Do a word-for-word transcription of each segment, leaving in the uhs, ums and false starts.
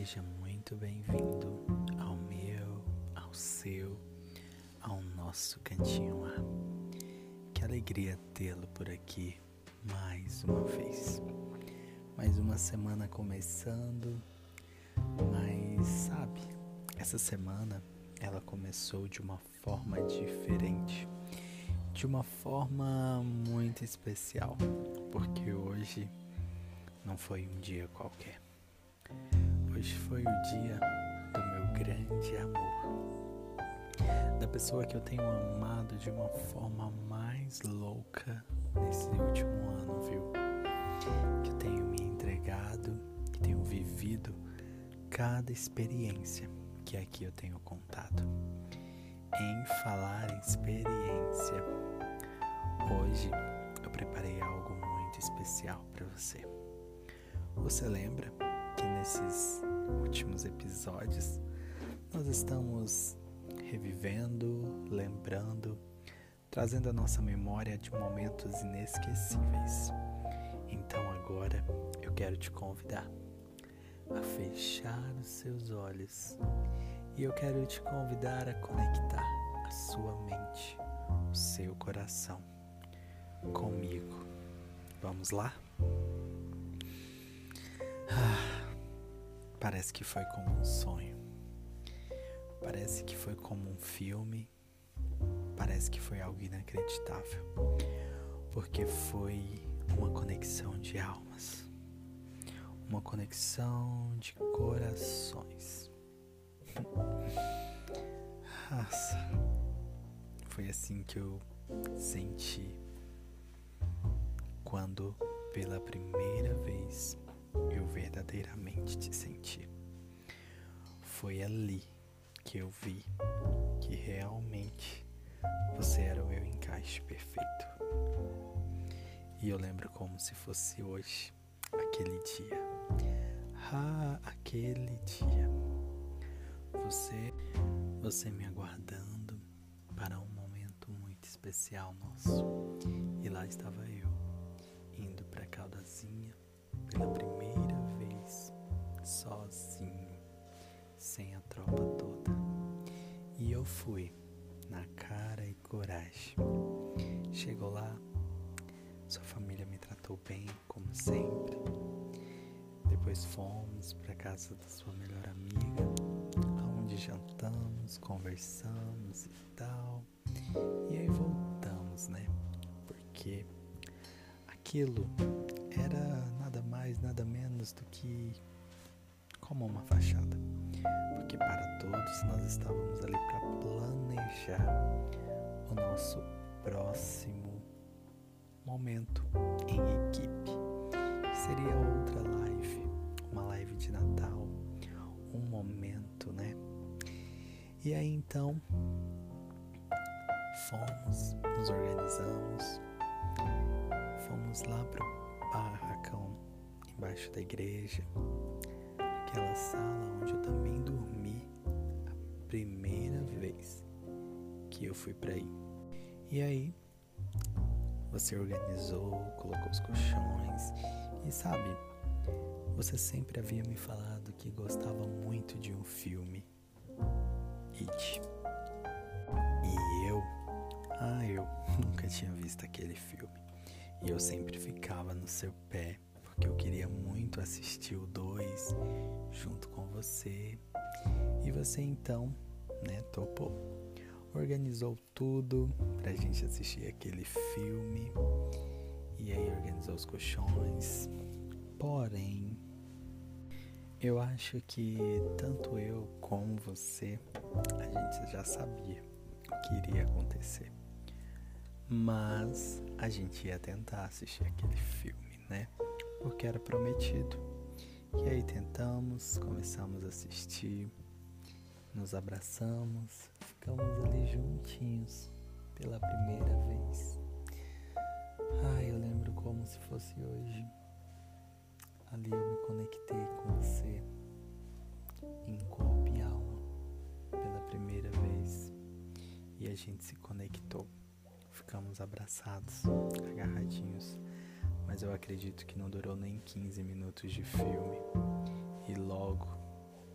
Seja muito bem-vindo ao meu, ao seu, ao nosso cantinho lá. Que alegria tê-lo por aqui mais uma vez. Mais uma semana começando, mas sabe, essa semana ela começou de uma forma diferente, de uma forma muito especial, porque hoje não foi um dia qualquer. Hoje foi o dia do meu grande amor, da pessoa que eu tenho amado de uma forma mais louca nesse último ano, viu? Que eu tenho me entregado, que tenho vivido cada experiência que aqui eu tenho contado. Em falar em experiência, hoje eu preparei algo muito especial para você. Você lembra que nesses últimos episódios nós estamos revivendo, lembrando, trazendo a nossa memória de momentos inesquecíveis. Então agora eu quero te convidar a fechar os seus olhos e eu quero te convidar a conectar a sua mente, o seu coração comigo. Vamos lá? Ah, parece que foi como um sonho, parece que foi como um filme, parece que foi algo inacreditável, porque foi uma conexão de almas, uma conexão de corações. Nossa, foi assim que eu senti quando pela primeira vez eu verdadeiramente te senti. Foi ali que eu vi que realmente você era o meu encaixe perfeito. E eu lembro como se fosse hoje, aquele dia. Ah, aquele dia. Você, você me aguardando para um momento muito especial nosso. E lá estava eu, indo para Caldazinha pela primeira vez, sozinho, sem a tropa toda. E eu fui, na cara e coragem. Chegou lá, sua família me tratou bem, como sempre. Depois fomos para casa da sua melhor amiga, onde jantamos, conversamos e tal. E aí voltamos, né? Porque aquilo era nada mais, nada menos do que como uma fachada. Porque para todos nós estávamos ali para planejar o nosso próximo momento em equipe. Que seria outra live, uma live de Natal, um momento, né? E aí então fomos, nos organizamos, fomos lá pro barracão embaixo da igreja, aquela sala onde eu também dormi a primeira vez que eu fui pra aí. E aí você organizou, colocou os colchões e sabe, você sempre havia me falado que gostava muito de um filme, It. E eu, ah eu nunca tinha visto aquele filme. E eu sempre ficava no seu pé, porque eu queria muito assistir o dois junto com você. E você então, né, topou. Organizou tudo pra gente assistir aquele filme. E aí organizou os colchões. Porém, eu acho que tanto eu como você, a gente já sabia o que iria acontecer. Mas a gente ia tentar assistir aquele filme, né? Porque era prometido. E aí tentamos, começamos a assistir, nos abraçamos, ficamos ali juntinhos pela primeira vez. Ai, eu lembro como se fosse hoje. Ali eu me conectei com você em corpo e alma pela primeira vez. E a gente se conectou. Ficamos abraçados, agarradinhos, mas eu acredito que não durou nem quinze minutos de filme e logo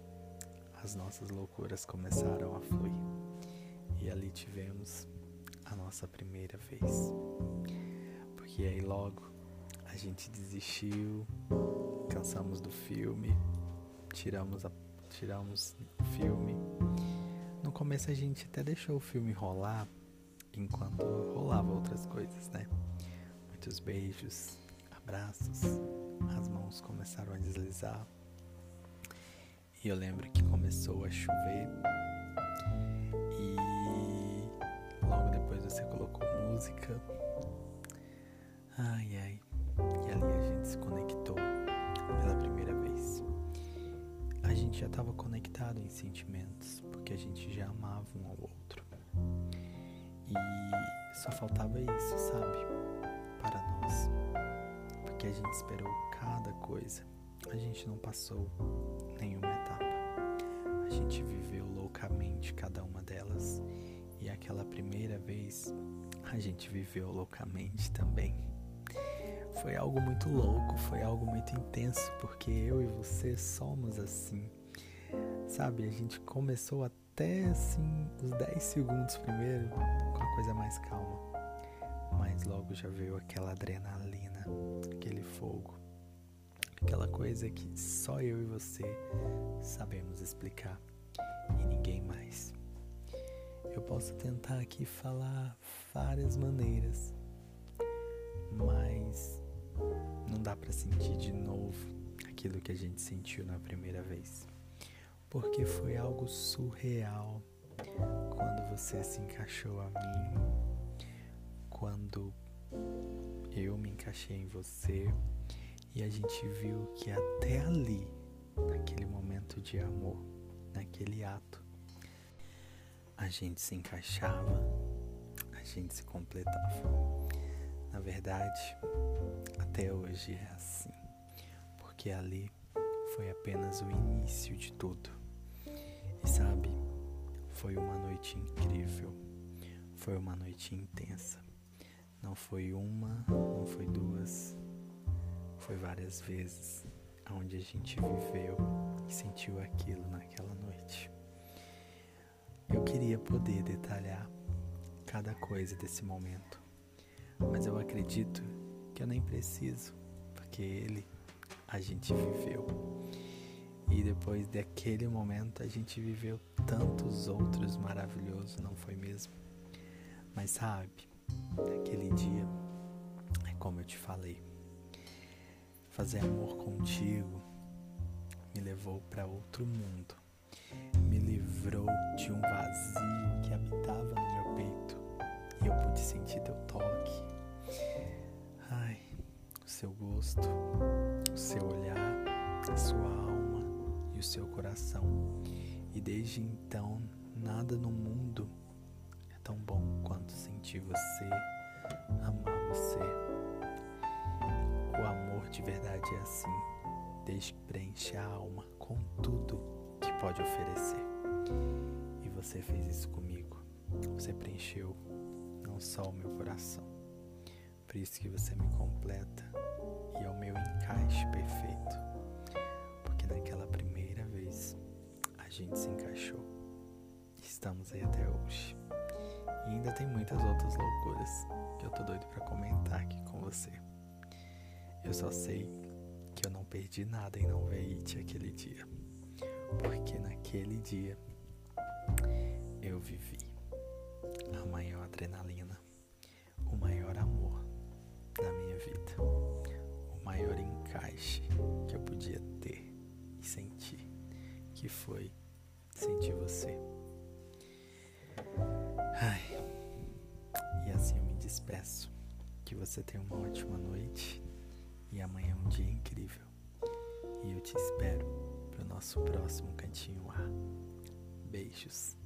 as nossas loucuras começaram a fluir. E ali tivemos a nossa primeira vez. Porque aí logo a gente desistiu, cansamos do filme, tiramos, a, tiramos o filme. No começo a gente até deixou o filme rolar, enquanto rolava outras coisas, né? Muitos beijos, abraços, as mãos começaram a deslizar. E eu lembro que começou a chover e logo depois você colocou música. Ai, ai. E ali a gente se conectou pela primeira vez. A gente já estava conectado em sentimentos, porque a gente já amava um ao outro. E só faltava isso, sabe? Para nós. Porque a gente esperou cada coisa. A gente não passou nenhuma etapa. A gente viveu loucamente cada uma delas. E aquela primeira vez, a gente viveu loucamente também. Foi algo muito louco, foi algo muito intenso, porque eu e você somos assim. Sabe, a gente começou até assim, os dez segundos primeiro, com a coisa mais calma. Mas logo já veio aquela adrenalina, aquele fogo. Aquela coisa que só eu e você sabemos explicar e ninguém mais. Eu posso tentar aqui falar várias maneiras, mas não dá pra sentir de novo aquilo que a gente sentiu na primeira vez. Porque foi algo surreal quando você se encaixou a mim, quando eu me encaixei em você. E a gente viu que até ali, naquele momento de amor, naquele ato, a gente se encaixava, a gente se completava. Na verdade, até hoje é assim, porque ali foi apenas o início de tudo. E sabe, foi uma noite incrível, foi uma noite intensa. Não foi uma, não foi duas, foi várias vezes onde a gente viveu e sentiu aquilo naquela noite. Eu queria poder detalhar cada coisa desse momento, mas eu acredito que eu nem preciso, porque ele a gente viveu. E depois daquele momento a gente viveu tantos outros maravilhosos, não foi mesmo? Mas sabe, naquele dia, é como eu te falei, fazer amor contigo me levou para outro mundo, me livrou de um vazio que habitava no meu peito e eu pude sentir teu toque, ai, o seu gosto, o seu olhar, a sua alma e o seu coração. E desde então, nada no mundo é tão bom quanto sentir você, amar você. O amor de verdade é assim, desde que preenche a alma com tudo que pode oferecer. E você fez isso comigo. Você preencheu não só o meu coração, por isso que você me completa e é o meu encaixe perfeito. Porque naquela primeira vez a gente se encaixou. Estamos aí até hoje. E ainda tem muitas outras loucuras que eu tô doido pra comentar aqui com você. Eu só sei que eu não perdi nada em não ver It aquele dia. Porque naquele dia eu vivi a maior adrenalina, o maior amor da minha vida, o maior encaixe que eu podia ter e sentir, que foi sentir você. Ai, e assim eu me despeço. Que você tenha uma ótima noite e amanhã é um dia incrível. E eu te espero pro nosso próximo Cantinho A. Beijos.